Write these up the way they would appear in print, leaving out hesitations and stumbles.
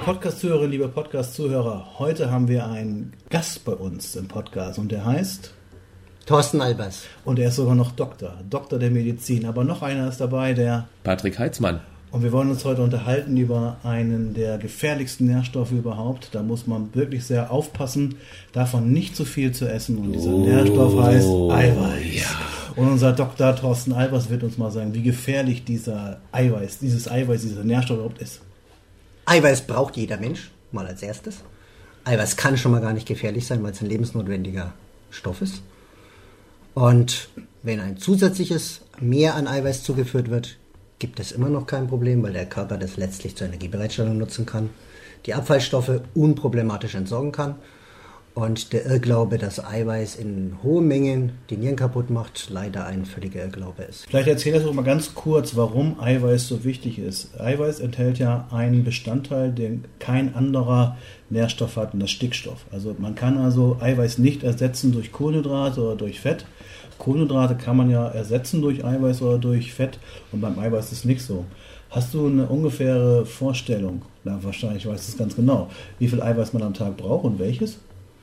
Podcast-Zuhörerinnen, liebe Podcast-Zuhörer, heute haben wir einen Gast bei uns im Podcast und der heißt Thorsten Albers. Und er ist sogar noch Doktor der Medizin. Aber noch einer ist dabei, der Patrick Heitzmann. Und wir wollen uns heute unterhalten über einen der gefährlichsten Nährstoffe überhaupt. Da muss man wirklich sehr aufpassen, davon nicht zu viel zu essen. Und dieser Nährstoff heißt Eiweiß. Ja. Und unser Dr. Thorsten Albers wird uns mal sagen, wie gefährlich dieser Nährstoff überhaupt ist. Eiweiß braucht jeder Mensch, mal als erstes. Eiweiß kann schon mal gar nicht gefährlich sein, weil es ein lebensnotwendiger Stoff ist. Und wenn ein zusätzliches Mehr an Eiweiß zugeführt wird, gibt es immer noch kein Problem, weil der Körper das letztlich zur Energiebereitstellung nutzen kann, die Abfallstoffe unproblematisch entsorgen kann. Und der Irrglaube, dass Eiweiß in hohen Mengen die Nieren kaputt macht, leider ein völliger Irrglaube ist. Vielleicht erzähl das doch mal ganz kurz, warum Eiweiß so wichtig ist. Eiweiß enthält ja einen Bestandteil, den kein anderer Nährstoff hat, und das Stickstoff. Also man kann also Eiweiß nicht ersetzen durch Kohlenhydrate oder durch Fett. Kohlenhydrate kann man ja ersetzen durch Eiweiß oder durch Fett und beim Eiweiß ist es nicht so. Hast du eine ungefähre Vorstellung, wahrscheinlich weißt du es ganz genau, wie viel Eiweiß man am Tag braucht und welches?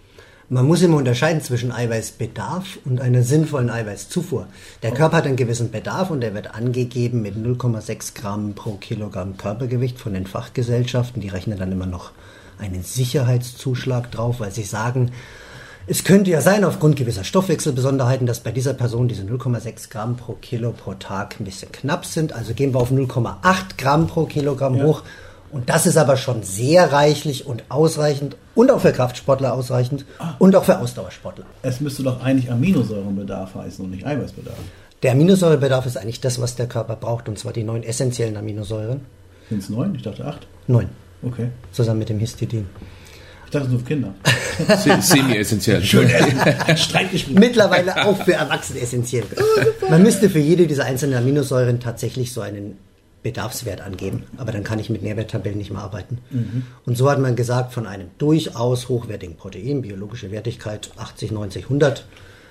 Man muss immer unterscheiden zwischen Eiweißbedarf und einer sinnvollen Eiweißzufuhr. Der Körper hat einen gewissen Bedarf und der wird angegeben mit 0,6 Gramm pro Kilogramm Körpergewicht von den Fachgesellschaften. Die rechnen dann immer noch einen Sicherheitszuschlag drauf, weil sie sagen, es könnte ja sein, aufgrund gewisser Stoffwechselbesonderheiten, dass bei dieser Person diese 0,6 Gramm pro Kilo pro Tag ein bisschen knapp sind. Also gehen wir auf 0,8 Gramm pro Kilogramm hoch. Und das ist aber schon sehr reichlich und ausreichend und auch für Kraftsportler ausreichend und auch für Ausdauersportler. Es müsste doch eigentlich Aminosäurenbedarf heißen und nicht Eiweißbedarf. Der Aminosäurebedarf ist eigentlich das, was der Körper braucht, und zwar die 9 essentiellen Aminosäuren. Sind es 9? Ich dachte 8. 9. Okay. Zusammen mit dem Histidin. Ich dachte nur für Kinder. Semi-essentiell. Schön. Streitgespräch. Mittlerweile auch für Erwachsene essentiell. Man müsste für jede dieser einzelnen Aminosäuren tatsächlich so einen Bedarfswert angeben, aber dann kann ich mit Nährwerttabellen nicht mehr arbeiten. Und so hat man gesagt, von einem durchaus hochwertigen Protein, biologische Wertigkeit 80, 90, 100,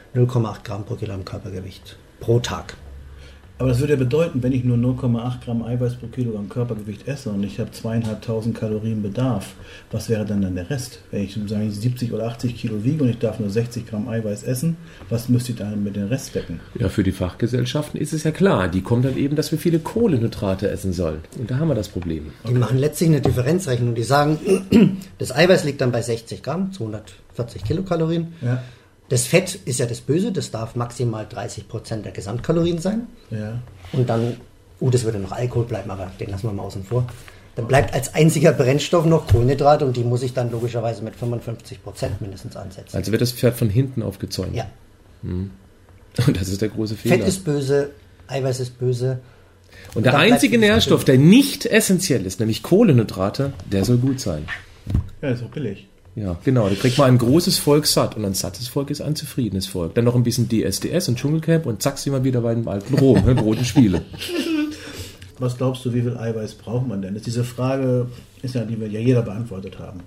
0,8 Gramm pro Kilogramm Körpergewicht pro Tag. Aber das würde ja bedeuten, wenn ich nur 0,8 Gramm Eiweiß pro Kilogramm Körpergewicht esse und ich habe 2.500 Kalorien Bedarf, was wäre dann der Rest? Wenn ich 70 oder 80 Kilo wiege und ich darf nur 60 Gramm Eiweiß essen, was müsste ich dann mit dem Rest decken? Ja, für die Fachgesellschaften ist es ja klar. Die kommen dann eben, dass wir viele Kohlenhydrate essen sollen. Und da haben wir das Problem. Die machen letztlich eine Differenzrechnung. Die sagen, das Eiweiß liegt dann bei 60 Gramm, 240 Kilokalorien. Ja. Das Fett ist ja das Böse, das darf maximal 30% der Gesamtkalorien sein. Ja. Und dann, das würde noch Alkohol bleiben, aber den lassen wir mal außen vor. Dann bleibt als einziger Brennstoff noch Kohlenhydrate und die muss ich dann logischerweise mit 55% mindestens ansetzen. Also wird das Pferd von hinten aufgezäumt. Ja. Und das ist der große Fehler. Fett ist böse, Eiweiß ist böse. Und der einzige Nährstoff, der nicht essentiell ist, nämlich Kohlenhydrate, der soll gut sein. Ja, ist auch billig. Ja, genau. Da kriegt man ein großes Volk satt und ein sattes Volk ist ein zufriedenes Volk. Dann noch ein bisschen DSDS und Dschungelcamp und zack, sind wir wieder bei dem alten Rom, roten Spiele. Was glaubst du, wie viel Eiweiß braucht man denn? Diese Frage ist ja, die wir ja jeder beantwortet haben.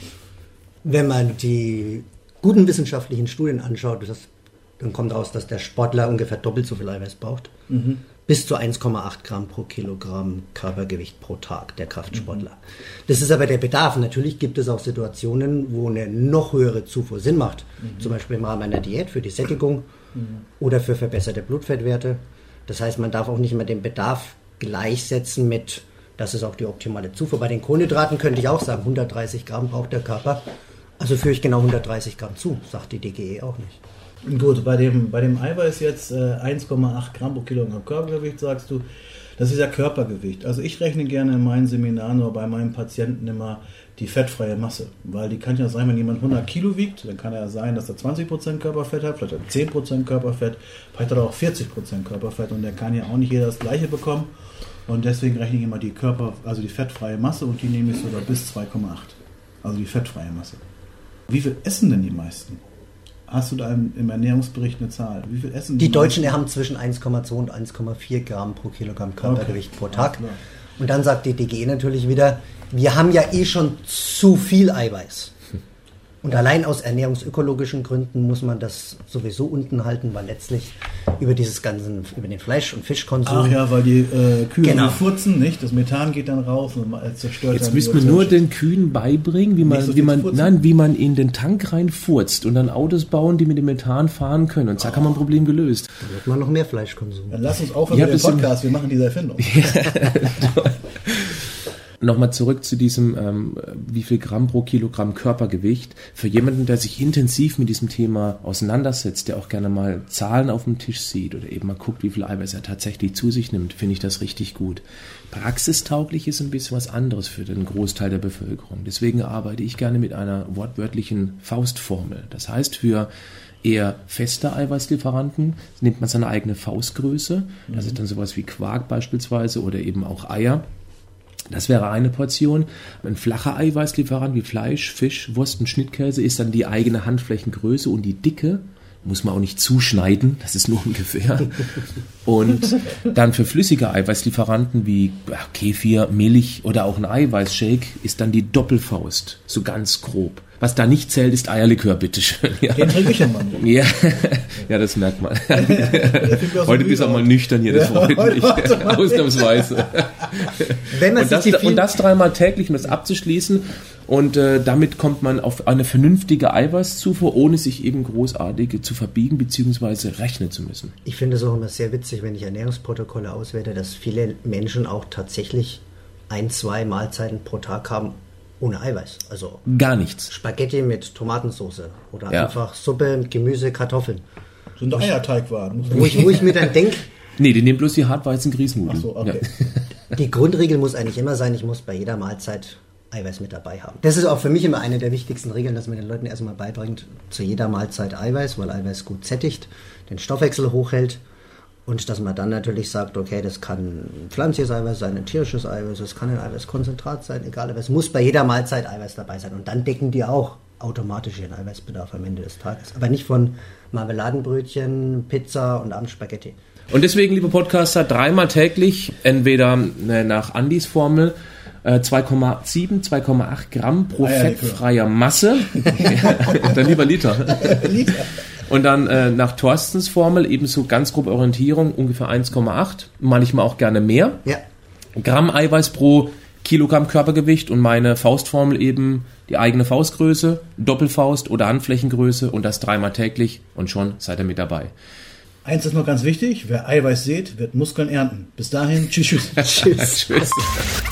Wenn man die guten wissenschaftlichen Studien anschaut, dann kommt raus, dass der Sportler ungefähr doppelt so viel Eiweiß braucht. Bis zu 1,8 Gramm pro Kilogramm Körpergewicht pro Tag, der Kraftsportler. Das ist aber der Bedarf. Natürlich gibt es auch Situationen, wo eine noch höhere Zufuhr Sinn macht. Zum Beispiel im Rahmen einer Diät für die Sättigung oder für verbesserte Blutfettwerte. Das heißt, man darf auch nicht immer den Bedarf gleichsetzen mit, das ist auch die optimale Zufuhr. Bei den Kohlenhydraten könnte ich auch sagen, 130 Gramm braucht der Körper. Also führe ich genau 130 Gramm zu, sagt die DGE auch nicht. Gut, bei dem Eiweiß jetzt 1,8 Gramm pro Kilogramm Körpergewicht, sagst du, das ist ja Körpergewicht. Also ich rechne gerne in meinen Seminaren oder bei meinen Patienten immer die fettfreie Masse, weil die kann ja sein, wenn jemand 100 Kilo wiegt, dann kann ja sein, dass er 20% Körperfett hat, vielleicht hat er 10% Körperfett, vielleicht hat er auch 40% Körperfett und der kann ja auch nicht jeder das Gleiche bekommen und deswegen rechne ich immer die fettfreie Masse und die nehme ich sogar bis 2,8, also die fettfreie Masse. Wie viel essen denn die meisten? Hast du da im Ernährungsbericht eine Zahl? Wie viel essen die Deutschen haben zwischen 1,2 und 1,4 Gramm pro Kilogramm Körpergewicht pro Tag. Und dann sagt die DGE natürlich wieder, wir haben ja schon zu viel Eiweiß. Und allein aus ernährungsökologischen Gründen muss man das sowieso unten halten, weil letztlich über den Fleisch- und Fischkonsum. Ach ja, weil die Kühe Genau. furzen, nicht? Das Methan geht dann raus und zerstört Jetzt dann müssen die wir nur Ozeanschicht. den Kühen beibringen, wie Nicht so viel man furzen? in den Tank reinfurzt und dann Autos bauen, die mit dem Methan fahren können. Und zack haben wir ein Problem gelöst. Da wird man noch mehr Fleischkonsum. Dann lass uns aufhören Ja, mit dem das Podcast, wir machen diese Erfindung. Nochmal zurück zu diesem, wie viel Gramm pro Kilogramm Körpergewicht. Für jemanden, der sich intensiv mit diesem Thema auseinandersetzt, der auch gerne mal Zahlen auf dem Tisch sieht oder eben mal guckt, wie viel Eiweiß er tatsächlich zu sich nimmt, finde ich das richtig gut. Praxistauglich ist ein bisschen was anderes für den Großteil der Bevölkerung. Deswegen arbeite ich gerne mit einer wortwörtlichen Faustformel. Das heißt, für eher feste Eiweißlieferanten nimmt man seine eigene Faustgröße. Das ist dann sowas wie Quark beispielsweise oder eben auch Eier. Das wäre eine Portion. Ein flacher Eiweißlieferant wie Fleisch, Fisch, Wurst und Schnittkäse ist dann die eigene Handflächengröße und die Dicke muss man auch nicht zuschneiden, das ist nur ungefähr. Und dann für flüssige Eiweißlieferanten wie Kefir, Milch oder auch ein Eiweißshake ist dann die Doppelfaust, so ganz grob. Was da nicht zählt, ist Eierlikör, bitteschön. Ja. Den trinke ich ja mal nicht. Ja, ja, das merkt man. Der fängt mir auch so Heute bist du auch müde mal aus. nüchtern hier, das Ja, freut heute mich. warte mal. Ausnahmsweise. Wenn man Und sich die das dreimal täglich, um das abzuschließen. Und damit kommt man auf eine vernünftige Eiweißzufuhr, ohne sich eben großartig zu verbiegen bzw. rechnen zu müssen. Ich finde es auch immer sehr witzig, wenn ich Ernährungsprotokolle auswerte, dass viele Menschen auch tatsächlich 1-2 Mahlzeiten pro Tag haben ohne Eiweiß. Also Gar nichts. Spaghetti mit Tomatensauce oder Ja. einfach Suppe mit Gemüse, Kartoffeln. So ein Eierteigwaren. Wo ich mir dann denke, Nee, die nehmen bloß die Hartweizen-Grießnudeln. Ach so, okay. Ja. die Grundregel muss eigentlich immer sein, ich muss bei jeder Mahlzeit Eiweiß mit dabei haben. Das ist auch für mich immer eine der wichtigsten Regeln, dass man den Leuten erstmal beibringt, zu jeder Mahlzeit Eiweiß, weil Eiweiß gut sättigt, den Stoffwechsel hochhält und dass man dann natürlich sagt, okay, das kann ein pflanzliches Eiweiß sein, ein tierisches Eiweiß, das kann ein Eiweißkonzentrat sein, egal, aber es muss bei jeder Mahlzeit Eiweiß dabei sein und dann decken die auch automatisch ihren Eiweißbedarf am Ende des Tages. Aber nicht von Marmeladenbrötchen, Pizza und abends Spaghetti. Und deswegen, liebe Podcaster, dreimal täglich, entweder nach Andys Formel, 2,7, 2,8 Gramm pro Eierlikör. fettfreier Masse. Dann lieber Liter. Liter. Und dann nach Thorstens Formel ebenso ganz grob Orientierung, ungefähr 1,8, manchmal auch gerne mehr. Ja, Gramm Eiweiß pro Kilogramm Körpergewicht und meine Faustformel eben die eigene Faustgröße, Doppelfaust oder Handflächengröße und das dreimal täglich und schon seid ihr mit dabei. Eins ist noch ganz wichtig, wer Eiweiß sät, wird Muskeln ernten. Bis dahin, tschüss. Tschüss.